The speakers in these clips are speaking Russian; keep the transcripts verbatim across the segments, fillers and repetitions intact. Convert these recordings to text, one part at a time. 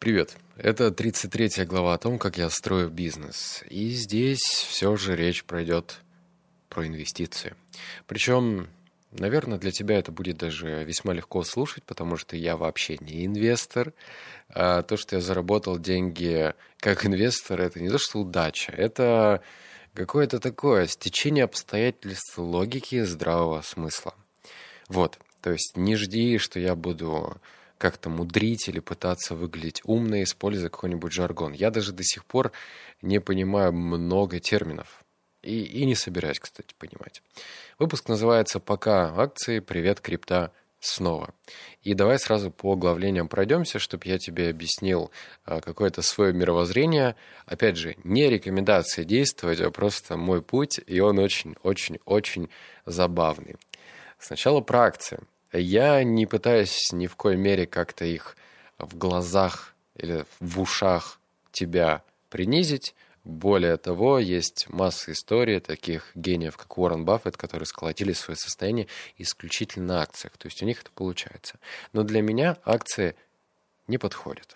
Привет. Это тридцать третья глава о том, как я строю бизнес. И здесь все же речь пройдет про инвестиции. Причем, наверное, для тебя это будет даже весьма легко слушать, потому что я вообще не инвестор. А то, что я заработал деньги как инвестор, это не то, что удача. Это какое-то такое стечение обстоятельств, логики и здравого смысла. Вот. То есть не жди, что я буду как-то мудрить или пытаться выглядеть умно, используя какой-нибудь жаргон. Я даже до сих пор не понимаю много терминов. И, и не собираюсь, кстати, понимать. Выпуск называется «Пока акции. Привет, крипта. Снова». И давай сразу по оглавлениям пройдемся, чтобы я тебе объяснил а, какое-то свое мировоззрение. Опять же, не рекомендация действовать, а просто мой путь, и он очень-очень-очень забавный. Сначала про акции. Я не пытаюсь ни в коей мере как-то их в глазах или в ушах тебя принизить. Более того, есть масса историй таких гениев, как Уоррен Баффет, которые сколотили свое состояние исключительно на акциях. То есть у них это получается. Но для меня акции не подходят.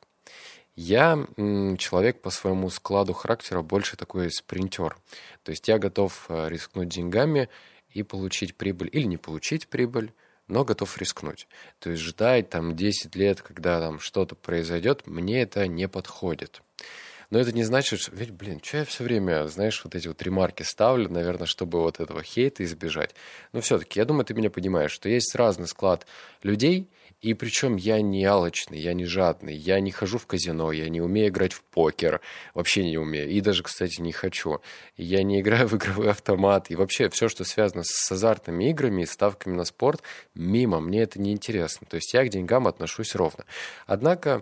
Я м, человек по своему складу характера больше такой спринтер. То есть я готов э, рискнуть деньгами и получить прибыль или не получить прибыль, но готов рискнуть. То есть ждать там десять лет, когда там что-то произойдет, мне это не подходит. Но это не значит, что... Ведь, блин, что я все время, знаешь, вот эти вот ремарки ставлю, наверное, чтобы вот этого хейта избежать. Но все-таки, я думаю, ты меня понимаешь, что есть разный склад людей, и причем я не алчный, я не жадный, я не хожу в казино, я не умею играть в покер, вообще не умею, и даже, кстати, не хочу. Я не играю в игровой автомат, и вообще все, что связано с азартными играми и ставками на спорт, мимо, мне это не интересно. То есть я к деньгам отношусь ровно. Однако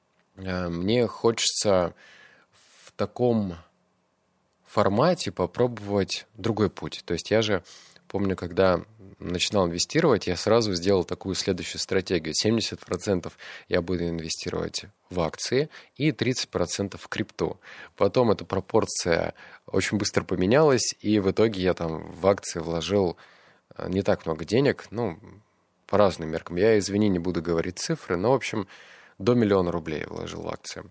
мне хочется в таком формате попробовать другой путь. То есть я же помню, когда начинал инвестировать, я сразу сделал такую следующую стратегию. семьдесят процентов я буду инвестировать в акции и тридцать процентов в крипту. Потом эта пропорция очень быстро поменялась, и в итоге я там в акции вложил не так много денег, ну, по разным меркам. Я, извини, не буду говорить цифры, но, в общем, до миллиона рублей вложил в акции.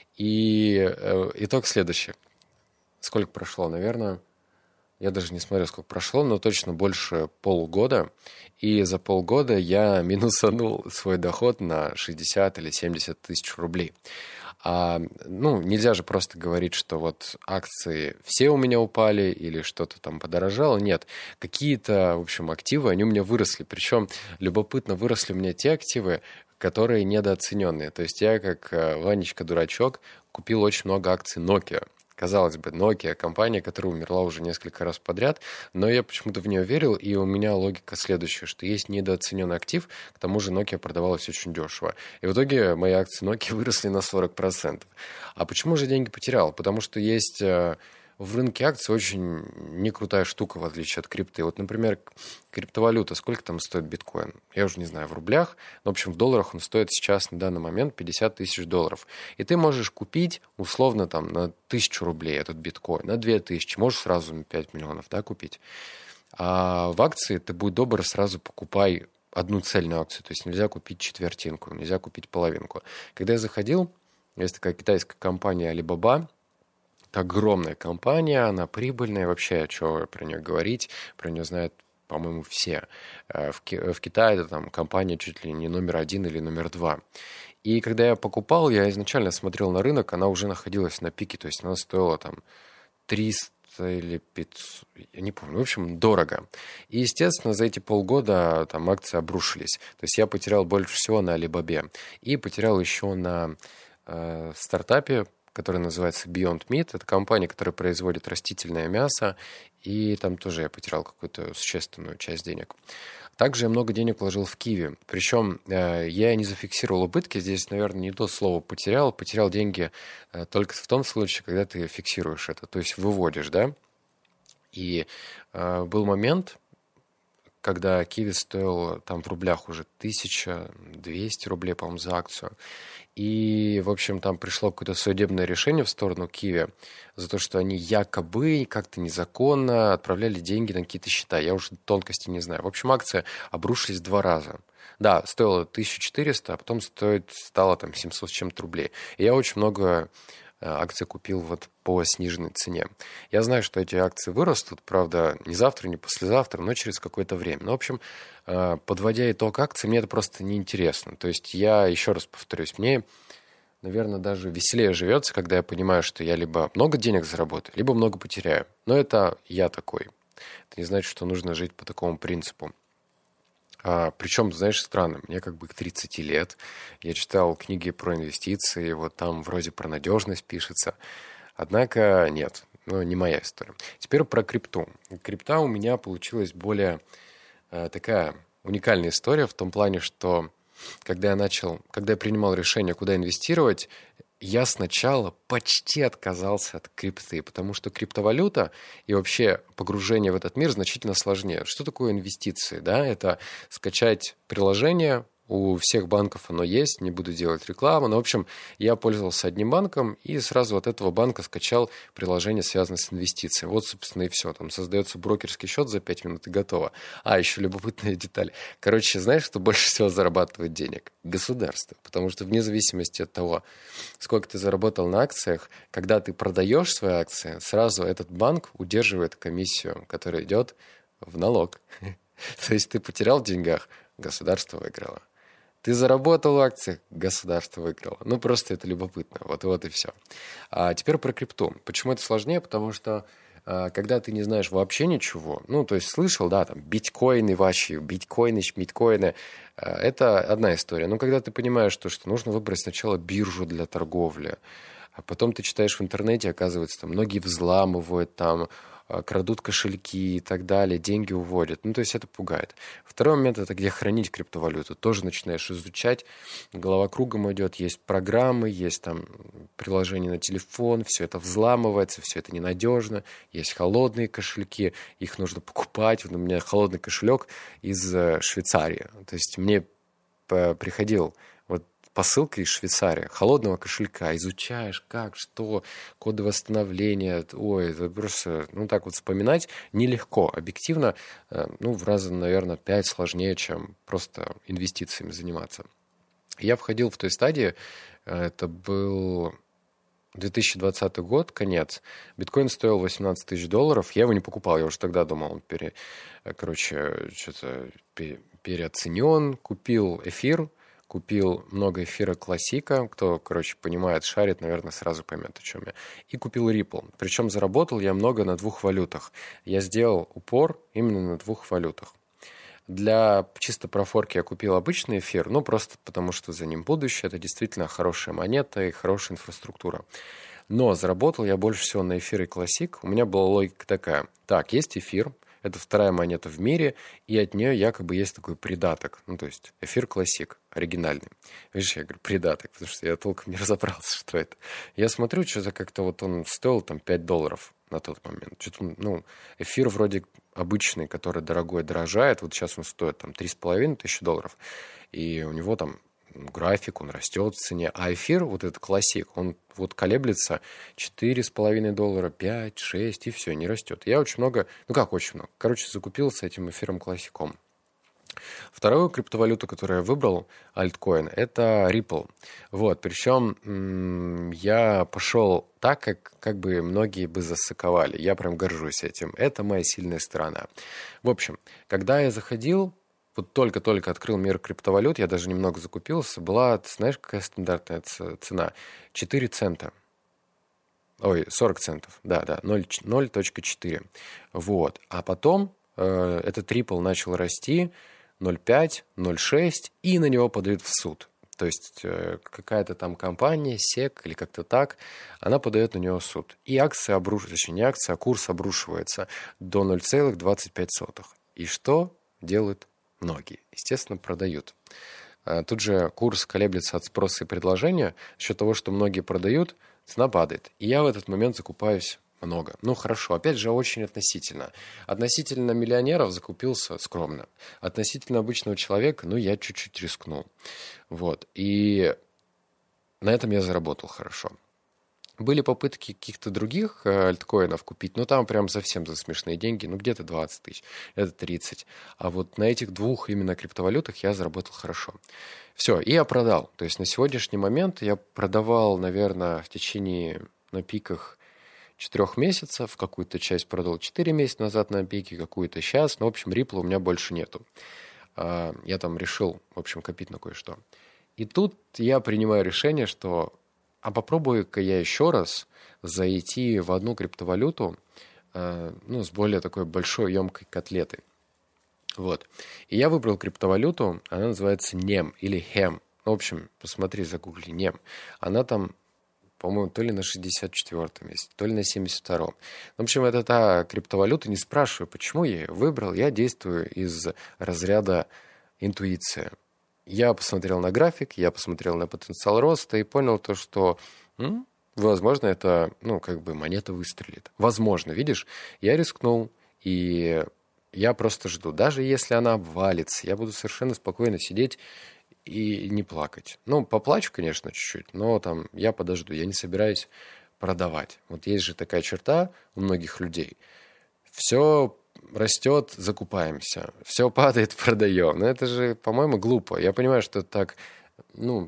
И э, итог следующий. Сколько прошло? Наверное... Я даже не смотрю, сколько прошло, но точно больше полугода. И за полгода я минусанул свой доход на шестьдесят или семьдесят тысяч рублей. А, ну, нельзя же просто говорить, что вот акции все у меня упали или что-то там подорожало. Нет, какие-то, в общем, активы, они у меня выросли. Причем любопытно, выросли у меня те активы, которые недооцененные. То есть я, как Ванечка-дурачок, купил очень много акций Nokia. Казалось бы, Nokia — компания, которая умерла уже несколько раз подряд, но я почему-то в нее верил, и у меня логика следующая, что есть недооцененный актив, к тому же Nokia продавалась очень дешево. И в итоге мои акции Nokia выросли на сорок процентов. А почему же деньги потерял? Потому что есть в рынке акций очень некрутая штука, в отличие от крипты. Вот, например, криптовалюта. Сколько там стоит биткоин? Я уже не знаю, в рублях. Но, в общем, в долларах он стоит сейчас на данный момент пятьдесят тысяч долларов. И ты можешь купить, условно, там, на тысячу рублей этот биткоин, на две тысячи. Можешь сразу на пять миллионов, да, купить. А в акции ты, будь добр, сразу покупай одну цельную акцию. То есть нельзя купить четвертинку, нельзя купить половинку. Когда я заходил, есть такая китайская компания Alibaba. Огромная компания, она прибыльная, вообще, что про нее говорить, про нее знают, по-моему, все. В, Ки- в Китае это там компания чуть ли не номер один или номер два. И когда я покупал, я изначально смотрел на рынок, она уже находилась на пике, то есть она стоила там триста или пятьсот, я не помню, в общем, дорого. И, естественно, за эти полгода там акции обрушились. То есть я потерял больше всего на Alibaba и потерял еще на э, стартапе, который называется Beyond Meat. Это компания, которая производит растительное мясо, и там тоже я потерял какую-то существенную часть денег. Также я много денег вложил в Kiwi. Причем э, я не зафиксировал убытки. Здесь, наверное, не то слово потерял. Потерял деньги э, только в том случае, когда ты фиксируешь это, то есть выводишь, да. И э, был момент, когда Киви стоил там в рублях уже тысяча двести рублей, по-моему, за акцию. И, в общем, там пришло какое-то судебное решение в сторону Киви за то, что они якобы как-то незаконно отправляли деньги на какие-то счета. Я уже тонкости не знаю. В общем, акция обрушились два раза. Да, стоила тысяча четыреста, а потом стоит, стало там семьсот с чем-то рублей. И я очень много акций купил вот по сниженной цене. Я знаю, что эти акции вырастут, правда, не завтра, не послезавтра, но через какое-то время. Ну, в общем, подводя итог акций, мне это просто неинтересно. То есть я, еще раз повторюсь, мне, наверное, даже веселее живется, когда я понимаю, что я либо много денег заработаю, либо много потеряю. Но это я такой. Это не значит, что нужно жить по такому принципу. А, причем, знаешь, странно, мне как бы к тридцати лет, я читал книги про инвестиции, вот там вроде про надежность пишется, однако нет, ну, не моя история. Теперь про крипту. Крипта у меня получилась более э, такая уникальная история в том плане, что когда я начал, когда я принимал решение, куда инвестировать, я сначала почти отказался от крипты, потому что криптовалюта и вообще погружение в этот мир значительно сложнее. Что такое инвестиции? Да? Это скачать приложение, у всех банков оно есть, не буду делать рекламу, но, в общем, я пользовался одним банком и сразу от этого банка скачал приложение, связанное с инвестициями. Вот, собственно, и все. Там создается брокерский счет за пять минут и готово. А, еще любопытная деталь. Короче, знаешь, что больше всего зарабатывает денег? Государство. Потому что вне зависимости от того, сколько ты заработал на акциях, когда ты продаешь свои акции, сразу этот банк удерживает комиссию, которая идет в налог. То есть ты потерял в деньгах, государство выиграло. Ты заработал в акциях, государство выиграло. Ну, просто это любопытно. Вот-вот и все. А теперь про крипту. Почему это сложнее? Потому что а, когда ты не знаешь вообще ничего, ну, то есть слышал, да, там, биткоины ваши, биткоины, шмиткоины, а, это одна история. Но когда ты понимаешь, то, что нужно выбрать сначала биржу для торговли, а потом ты читаешь в интернете, оказывается, там многие взламывают, там, крадут кошельки и так далее, деньги уводят. Ну, то есть это пугает. Второй момент — это где хранить криптовалюту. Тоже начинаешь изучать, голова кругом идет, есть программы, есть там приложения на телефон, все это взламывается, все это ненадежно, есть холодные кошельки, их нужно покупать. Вот у меня холодный кошелек из Швейцарии. То есть мне приходил вот посылка из Швейцарии, холодного кошелька, изучаешь, как, что, коды восстановления, ой, это просто, ну, так вот вспоминать нелегко, объективно, ну, в раза, наверное, пять сложнее, чем просто инвестициями заниматься. Я входил в той стадии, это был две тысячи двадцатый год, конец, биткоин стоил восемнадцать тысяч долларов, я его не покупал, я уже тогда думал, он пере, короче, что-то переоценен, купил эфир, купил много эфира классика, кто, короче, понимает, шарит, наверное, сразу поймет, о чем я. И купил Ripple. Причем заработал я много на двух валютах. Я сделал упор именно на двух валютах. Для чисто профорки я купил обычный эфир, ну, просто потому что за ним будущее. Это действительно хорошая монета и хорошая инфраструктура. Но заработал я больше всего на эфире классик. У меня была логика такая. Так, есть эфир. Это вторая монета в мире, и от нее якобы есть такой придаток. Ну, то есть эфир классик, оригинальный. Видишь, я говорю придаток, потому что я толком не разобрался, что это. Я смотрю, что-то как-то вот он стоил там пять долларов на тот момент. Что-то, ну, эфир вроде обычный, который дорогой, дорожает. Вот сейчас он стоит там три с половиной тысячи долларов. И у него там график, он растет в цене. А эфир, вот этот классик, он вот колеблется четыре с половиной доллара, пять, шесть, и все, не растет. Я очень много, ну как очень много, короче, закупился этим эфиром классиком. Вторую криптовалюту, которую я выбрал, альткоин, это Ripple. Вот, причем я пошел так, как, как бы многие бы засыковали. Я прям горжусь этим. Это моя сильная сторона. В общем, когда я заходил, вот только-только открыл мир криптовалют, я даже немного закупился, была, ты знаешь, какая стандартная цена? четыре цента. Ой, сорок центов. Да, да, ноль целых четыре. Вот. А потом э, этот Ripple начал расти, ноль целых пять, ноль целых шесть, и на него подают в суд. То есть э, какая-то там компания, сек или как-то так, она подает на него в суд. И акция обрушивается, точнее не акция, а курс обрушивается до ноль целых двадцать пять сотых. И что делают многие? Естественно, продают. Тут же курс колеблется от спроса и предложения. За счет того, что многие продают, цена падает. И я в этот момент закупаюсь Много. Ну, хорошо. Опять же, очень относительно. Относительно миллионеров закупился скромно. Относительно обычного человека, ну, я чуть-чуть рискнул. Вот. И на этом я заработал хорошо. Были попытки каких-то других э, альткоинов купить, но там прям совсем за смешные деньги, ну где-то двадцать тысяч, это тридцать. А вот на этих двух именно криптовалютах я заработал хорошо. Все, и я продал. То есть на сегодняшний момент я продавал, наверное, в течение на пиках четырех месяцев, какую-то часть продал четыре месяца назад на пике, какую-то сейчас, но, в общем, рипла у меня больше нету. А, я там решил, в общем, копить на кое-что. И тут я принимаю решение, что а попробую-ка я еще раз зайти в одну криптовалюту, э, ну, с более такой большой емкой котлетой. Вот. И я выбрал криптовалюту, она называется нем или хем. Ну, в общем, посмотри, загугли нем. Она там, по-моему, то ли на шестьдесят четвёртом месте, то ли на семьдесят втором. В общем, это та криптовалюта, не спрашиваю, почему я ее выбрал. Я действую из разряда интуиция. Я посмотрел на график, я посмотрел на потенциал роста и понял то, что, м, возможно, это, ну, как бы монета выстрелит. Возможно, видишь, я рискнул, и я просто жду. Даже если она обвалится, я буду совершенно спокойно сидеть и не плакать. Ну, поплачу, конечно, чуть-чуть, но там я подожду, я не собираюсь продавать. Вот есть же такая черта у многих людей. Все растет, закупаемся. Все падает, продаем. Но это же, по-моему, глупо. Я понимаю, что так, ну,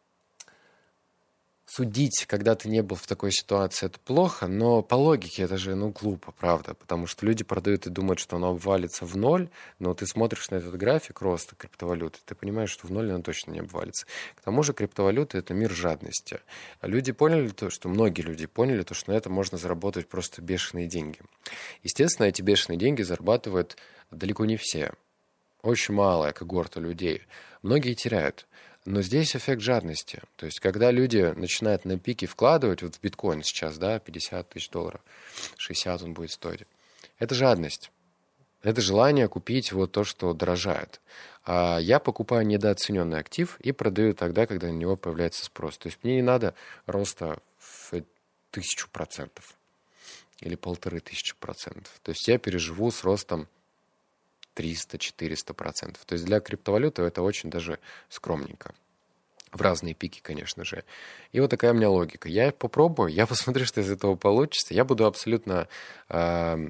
судить, когда ты не был в такой ситуации, это плохо, но по логике это же, ну, глупо, правда. Потому что люди продают и думают, что оно обвалится в ноль, но ты смотришь на этот график роста криптовалюты, ты понимаешь, что в ноль оно точно не обвалится. К тому же криптовалюта — это мир жадности. Люди поняли то, что многие люди поняли то, что на это можно заработать просто бешеные деньги. Естественно, эти бешеные деньги зарабатывают далеко не все. Очень малая когорта людей. Многие теряют. Но здесь эффект жадности. То есть, когда люди начинают на пике вкладывать, вот в биткоин сейчас, да, пятьдесят тысяч долларов, шестьдесят он будет стоить. Это жадность. Это желание купить вот то, что дорожает. А я покупаю недооцененный актив и продаю тогда, когда на него появляется спрос. То есть, мне не надо роста в тысячу процентов или полторы тысячи процентов. То есть, я переживу с ростом триста-четыреста процентов. То есть для криптовалюты это очень даже скромненько. В разные пики, конечно же. И вот такая у меня логика. Я попробую, я посмотрю, что из этого получится. Я буду абсолютно, э,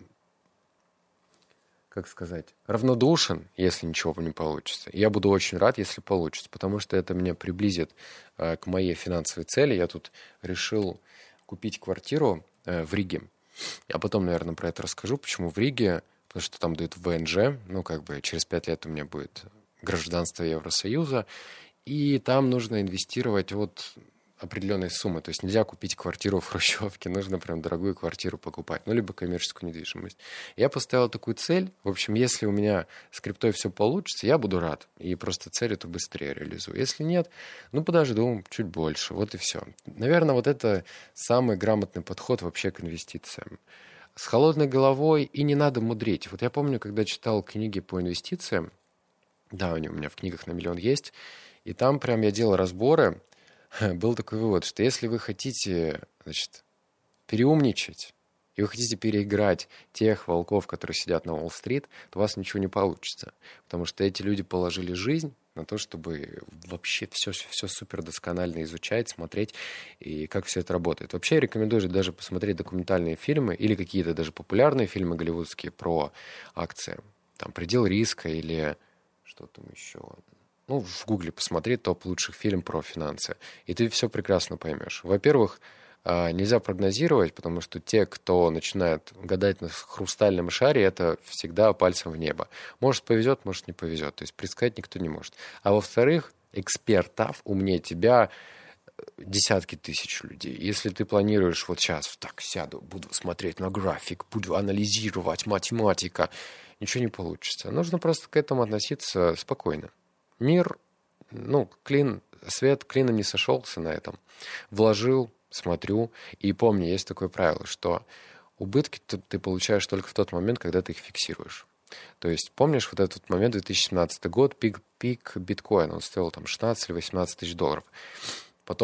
как сказать, равнодушен, если ничего не получится. Я буду очень рад, если получится, потому что это меня приблизит э, к моей финансовой цели. Я тут решил купить квартиру э, в Риге. Я потом, наверное, про это расскажу, почему в Риге. Потому что там дают вэ эн жэ, ну, как бы через пять лет у меня будет гражданство Евросоюза, и там нужно инвестировать от определенной суммы. То есть нельзя купить квартиру в хрущевке, нужно прям дорогую квартиру покупать, ну, либо коммерческую недвижимость. Я поставил такую цель. В общем, если у меня с криптой все получится, я буду рад, и просто цель эту быстрее реализую. Если нет, ну, подожду чуть больше, вот и все. Наверное, вот это самый грамотный подход вообще к инвестициям. С холодной головой, и не надо мудрить. Вот я помню, когда читал книги по инвестициям, да, они у меня в книгах на миллион есть, и там прям я делал разборы, был такой вывод, что если вы хотите, значит, переумничать, и вы хотите переиграть тех волков, которые сидят на Уолл-стрит, то у вас ничего не получится. Потому что эти люди положили жизнь на то, чтобы вообще все, все супер досконально изучать, смотреть, и как все это работает. Вообще я рекомендую даже посмотреть документальные фильмы или какие-то даже популярные фильмы голливудские про акции. Там «Предел риска» или что там еще. Ну, в Гугле посмотри топ лучших фильмов про финансы, и ты все прекрасно поймешь. Во-первых, нельзя прогнозировать, потому что те, кто начинает гадать на хрустальном шаре, это всегда пальцем в небо. Может, повезет, может, не повезет. То есть предсказать никто не может. А во-вторых, экспертов умнее тебя десятки тысяч людей. Если ты планируешь вот сейчас так сяду, буду смотреть на график, буду анализировать математика, ничего не получится. Нужно просто к этому относиться спокойно. Мир, ну, клин, свет клином не сошелся на этом. Вложил, смотрю, и помни, есть такое правило, что убытки ты, ты получаешь только в тот момент, когда ты их фиксируешь. То есть, помнишь вот этот момент, две тысячи семнадцатый год, пик, пик биткоина, он стоил там шестнадцать или восемнадцать тысяч долларов. Потом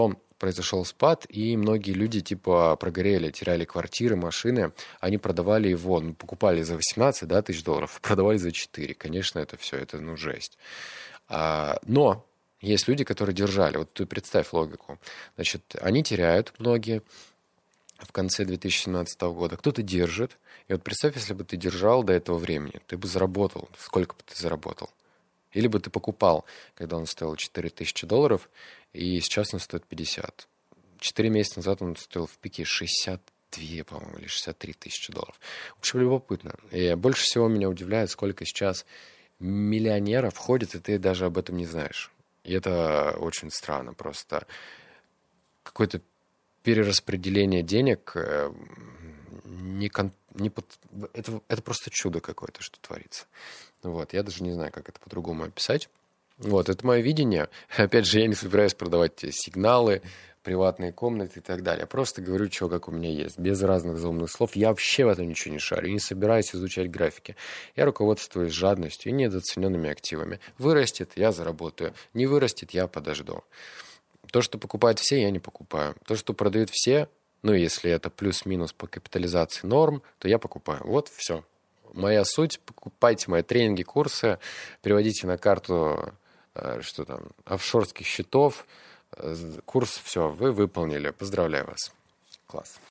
произошел спад, и многие люди типа прогорели, теряли квартиры, машины, они продавали его, ну, покупали за восемнадцать, да, тысяч долларов, продавали за четыре. Конечно, это все, это, ну, жесть. А, но есть люди, которые держали. Вот ты представь логику. Значит, они теряют, многие, в конце две тысячи семнадцатого года. Кто-то держит. И вот представь, если бы ты держал до этого времени, ты бы заработал. Сколько бы ты заработал? Или бы ты покупал, когда он стоил четыре тысячи долларов, и сейчас он стоит пятьдесят. Четыре месяца назад он стоил в пике шестьдесят две, по-моему, или шестьдесят три тысячи долларов. В общем, любопытно. И больше всего меня удивляет, сколько сейчас миллионеров входит, и ты даже об этом не знаешь. И это очень странно. Просто какое-то перераспределение денег не, кон, не под, это, это просто чудо какое-то, что творится. Вот, я даже не знаю, как это по-другому описать. Вот, это мое видение. Опять же, я не собираюсь продавать сигналы, приватные комнаты и так далее. Я просто говорю, что как у меня есть, без разных заумных слов. Я вообще в этом ничего не шарю, не собираюсь изучать графики. Я руководствуюсь жадностью и недооцененными активами. Вырастет, я заработаю. Не вырастет, я подожду. То, что покупают все, я не покупаю. То, что продают все, ну, если это плюс-минус по капитализации норм, то я покупаю. Вот, все. Моя суть. Покупайте мои тренинги, курсы, переводите на карту, что там, офшорских счетов. Курс, все, вы выполнили. Поздравляю вас. Класс.